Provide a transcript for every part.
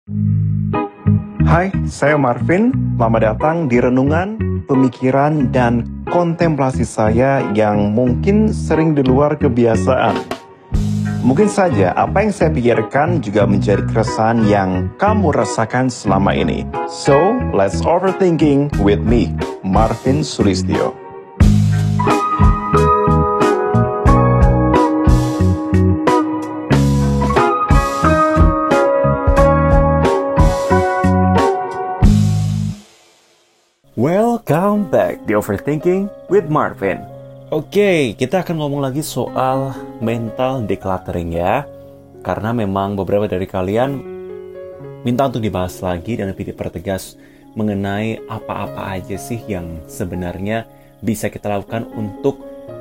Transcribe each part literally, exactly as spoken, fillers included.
Hai, saya Marvin. Selamat datang di renungan, pemikiran, dan kontemplasi saya yang mungkin sering di luar kebiasaan. Mungkin saja apa yang saya pikirkan juga menjadi keresahan yang kamu rasakan selama ini. So, let's overthinking with me, Marvin Sulistyo. Welcome back di Overthinking with Marvin. Oke, kita akan ngomong lagi soal mental decluttering ya. Karena memang beberapa dari kalian minta untuk dibahas lagi dan lebih dipertegas mengenai apa-apa aja sih yang sebenarnya bisa kita lakukan untuk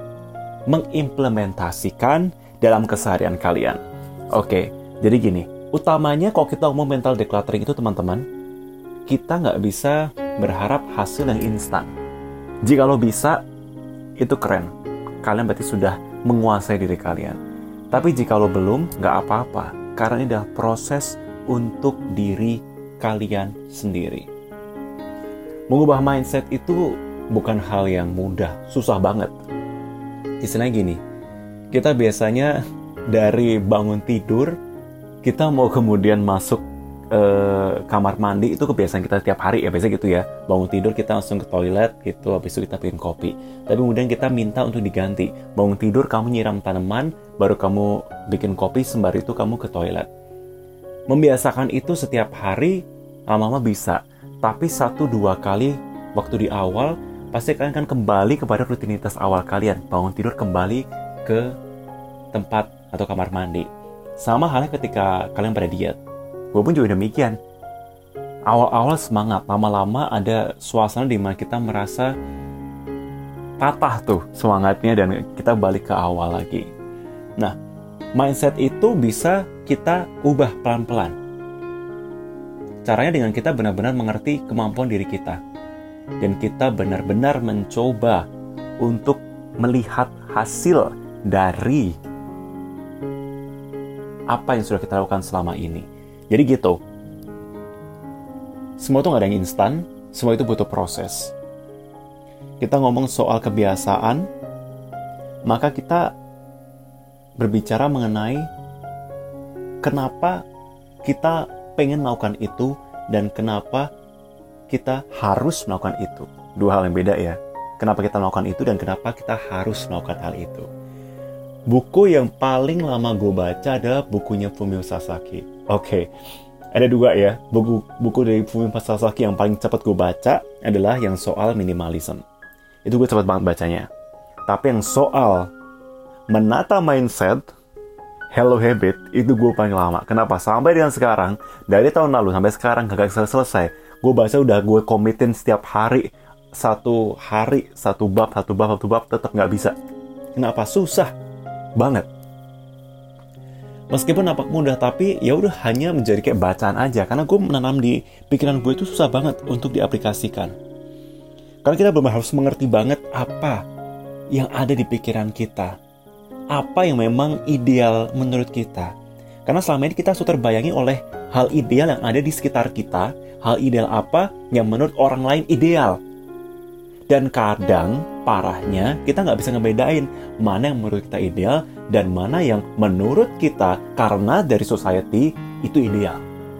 mengimplementasikan dalam keseharian kalian. Oke, jadi gini, utamanya kalau kita ngomong mental decluttering itu teman-teman, kita nggak bisa berharap hasil yang instan. Jika lo bisa, itu keren. Kalian berarti sudah menguasai diri kalian. Tapi jika lo belum, nggak apa-apa. Karena ini adalah proses untuk diri kalian sendiri. Mengubah mindset itu bukan hal yang mudah, susah banget. Istilahnya gini, kita biasanya dari bangun tidur, kita mau kemudian masuk Uh, kamar mandi itu kebiasaan kita tiap hari ya, biasa gitu ya. Bangun tidur kita langsung ke toilet gitu, habis itu kita bikin kopi. Tapi kemudian kita minta untuk diganti. Bangun tidur kamu nyiram tanaman, baru kamu bikin kopi, sembari itu kamu ke toilet. Membiasakan itu setiap hari lama-lama bisa. Tapi satu dua kali waktu di awal pasti kalian akan kembali kepada rutinitas awal kalian. Bangun tidur kembali ke tempat atau kamar mandi. Sama halnya ketika kalian pada diet. Gue pun juga demikian. Awal-awal semangat, lama-lama ada suasana di mana kita merasa patah tuh semangatnya dan kita balik ke awal lagi. Nah, mindset itu bisa kita ubah pelan-pelan. Caranya dengan kita benar-benar mengerti kemampuan diri kita. Dan kita benar-benar mencoba untuk melihat hasil dari apa yang sudah kita lakukan selama ini. Jadi gitu, semua itu gak ada yang instan, semua itu butuh proses. Kita ngomong soal kebiasaan, maka kita berbicara mengenai kenapa kita pengen melakukan itu dan kenapa kita harus melakukan itu. Dua hal yang beda ya. Kenapa kita melakukan itu dan kenapa kita harus melakukan hal itu. Buku yang paling lama gue baca adalah bukunya Fumio Sasaki. Oke, okay. Ada dua ya. Buku buku dari Fumio Sasaki yang paling cepat gue baca adalah yang soal minimalism. Itu gue cepat banget bacanya. Tapi yang soal menata mindset, Hello Habit, itu gue paling lama. Kenapa? Sampai dengan sekarang, dari tahun lalu sampai sekarang gak selesai-selesai. Gue baca udah gue komitin setiap hari. Satu hari, satu bab, satu bab, satu bab, tetap gak bisa. Kenapa? Susah banget. Meskipun nampak mudah, tapi ya udah hanya menjadi kayak bacaan aja. Karena gue menanam di pikiran gue itu susah banget untuk diaplikasikan. Karena kita belum harus mengerti banget apa yang ada di pikiran kita. Apa yang memang ideal menurut kita. Karena selama ini kita sudah terbayangi oleh hal ideal yang ada di sekitar kita. Hal ideal apa yang menurut orang lain ideal. Dan kadang parahnya kita nggak bisa ngebedain mana yang menurut kita ideal dan mana yang menurut kita karena dari society itu ideal.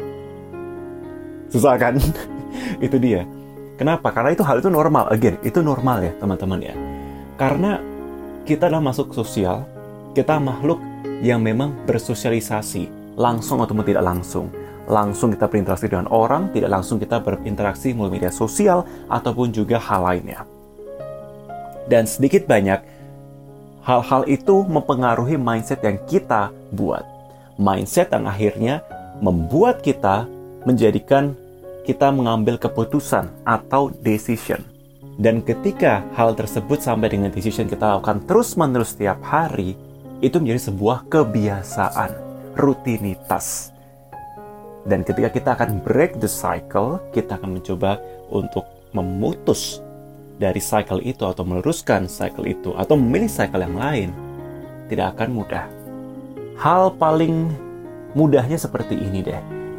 Susah kan? Itu dia. Kenapa? Karena itu hal itu normal. Again, itu normal ya teman-teman ya. Karena kita adalah makhluk sosial, kita makhluk yang memang bersosialisasi langsung ataupun tidak langsung. Langsung kita berinteraksi dengan orang, tidak langsung kita berinteraksi melalui media sosial ataupun juga hal lainnya. Dan sedikit banyak hal-hal itu mempengaruhi mindset yang kita buat. Mindset yang akhirnya membuat kita menjadikan kita mengambil keputusan atau decision. Dan ketika hal tersebut sampai dengan decision kita lakukan terus-menerus setiap hari, itu menjadi sebuah kebiasaan, rutinitas. Dan ketika kita akan break the cycle, kita akan mencoba untuk memutus dari cycle itu atau meneruskan cycle itu atau memilih cycle yang lain, tidak akan mudah. Hal paling mudahnya seperti ini deh.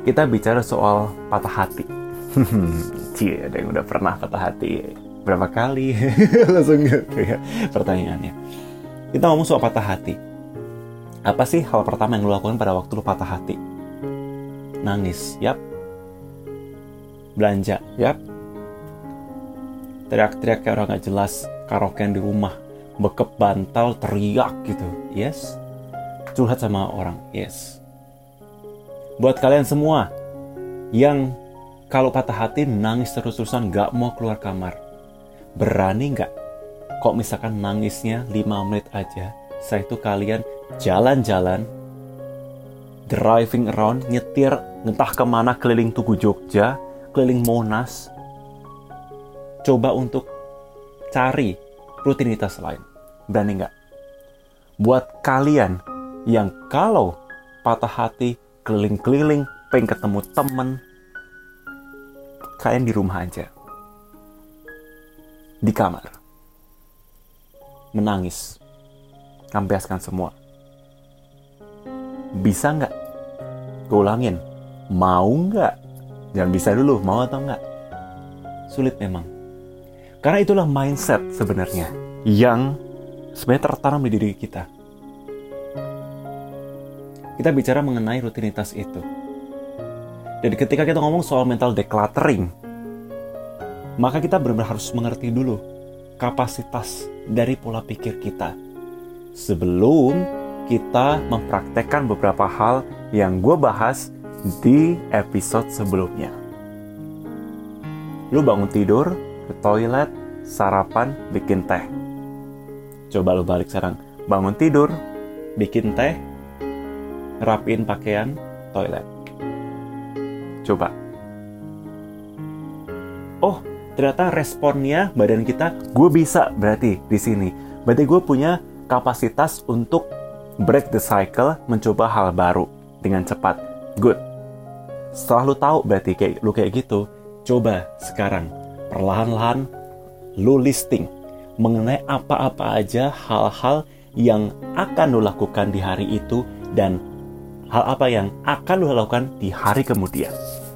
kita bicara soal patah hati. Cie, ada yang udah pernah patah hati berapa kali? Langsung gitu ya pertanyaannya. Kita ngomong soal patah hati. Apa sih hal pertama yang lo lakukan pada waktu lo patah hati? Nangis, yap. Belanja, yap. Teriak-teriak kayak orang gak jelas, karaokean di rumah, bekep bantal, teriak gitu, yes. Curhat sama orang, yes. Buat kalian semua yang kalau patah hati nangis terus-terusan gak mau keluar kamar, berani gak kok misalkan nangisnya lima menit aja, setelah itu kalian jalan-jalan, driving around, nyetir entah kemana, keliling Tugu Jogja, keliling Monas, coba untuk cari rutinitas lain. Berani gak? Buat kalian yang kalau patah hati keliling-keliling, pengen ketemu temen, kalian di rumah aja, di kamar, menangis, ngampiaskan semua. Bisa nggak? Gue ulangin, mau nggak? Jangan bisa dulu, mau atau nggak? Sulit memang, karena itulah mindset sebenarnya yang sebenarnya tertanam di diri kita. Kita bicara mengenai rutinitas itu. Dan ketika kita ngomong soal mental decluttering, maka kita benar-benar harus mengerti dulu kapasitas dari pola pikir kita sebelum kita mempraktekkan beberapa hal yang gue bahas di episode sebelumnya. Lu bangun tidur, ke toilet, sarapan, bikin teh. Coba lu balik sekarang. Bangun tidur, bikin teh, rapiin pakaian, toilet. Coba. Oh, ternyata responnya badan kita, gue bisa berarti di sini. Berarti gue punya kapasitas untuk break the cycle, mencoba hal baru dengan cepat. Good. Setelah lu tahu berarti kayak lu kayak gitu, coba sekarang perlahan-lahan lu listing mengenai apa-apa aja hal-hal yang akan lu lakukan di hari itu dan hal apa yang akan lu lakukan di hari kemudian.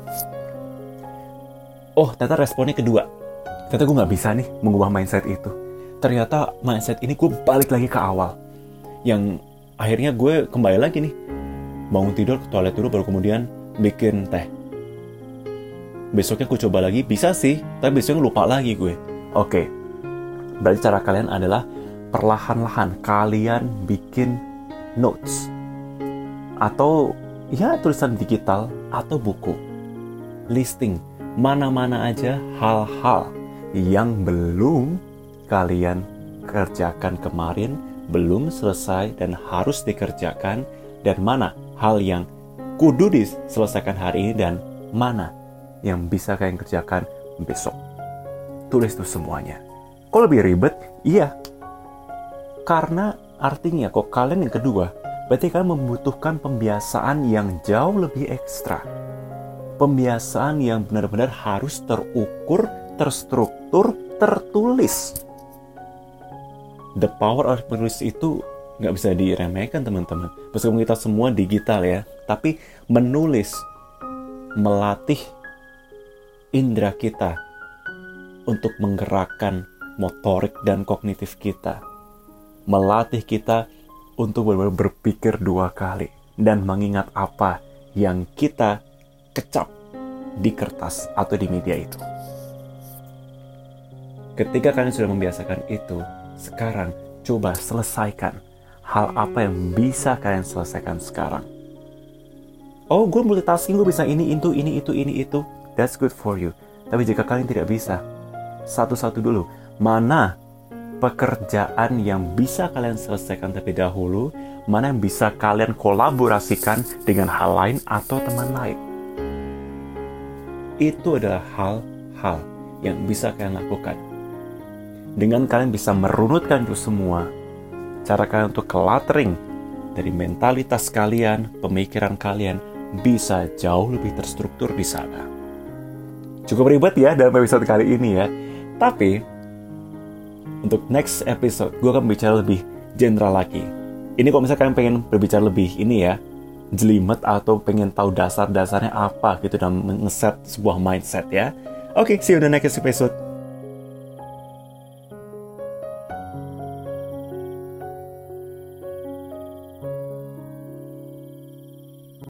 Oh, ternyata responnya kedua. Ternyata gue gak bisa nih mengubah mindset itu. Ternyata mindset ini gue balik lagi ke awal. Yang akhirnya gue kembali lagi nih. Bangun tidur, ke toilet dulu, baru kemudian bikin teh. Besoknya gue coba lagi, bisa sih. Tapi besoknya lupa lagi gue. Oke. Berarti cara kalian adalah perlahan-lahan kalian bikin notes. Atau ya tulisan digital atau buku. Listing mana-mana aja hal-hal yang belum kalian kerjakan kemarin, belum selesai dan harus dikerjakan, dan mana hal yang kudu diselesaikan hari ini dan mana yang bisa kalian kerjakan besok. Tulis tuh semuanya. Kok lebih ribet? Iya. Karena artinya kok kalian yang kedua, berarti kalian membutuhkan pembiasaan yang jauh lebih ekstra. Pembiasaan yang benar-benar harus terukur, terstruktur, tertulis. The power of menulis itu nggak bisa diremehkan, teman-teman. Meskipun kita semua digital ya, tapi menulis, melatih indera kita untuk menggerakkan motorik dan kognitif kita. Melatih kita untuk benar-benar berpikir dua kali dan mengingat apa yang kita kecap di kertas atau di media itu. Ketika kalian sudah membiasakan itu, sekarang coba selesaikan hal apa yang bisa kalian selesaikan sekarang. Oh, gue multitasking, gue bisa ini, itu, ini, itu, ini, itu. That's good for you. Tapi jika kalian tidak bisa, satu-satu dulu. Mana pekerjaan yang bisa kalian selesaikan terlebih dahulu, mana yang bisa kalian kolaborasikan dengan hal lain atau teman lain. Itu adalah hal-hal yang bisa kalian lakukan. Dengan kalian bisa merunutkan itu semua, cara kalian untuk cluttering dari mentalitas kalian, pemikiran kalian bisa jauh lebih terstruktur di sana. Cukup ribet ya dalam episode kali ini ya. Tapi untuk next episode gue akan bicara lebih general lagi. Ini kalau misalnya kalian pengen berbicara lebih ini ya, jelimet atau pengen tahu dasar-dasarnya apa gitu dan nge-set sebuah mindset ya. Oke, see you in the next episode.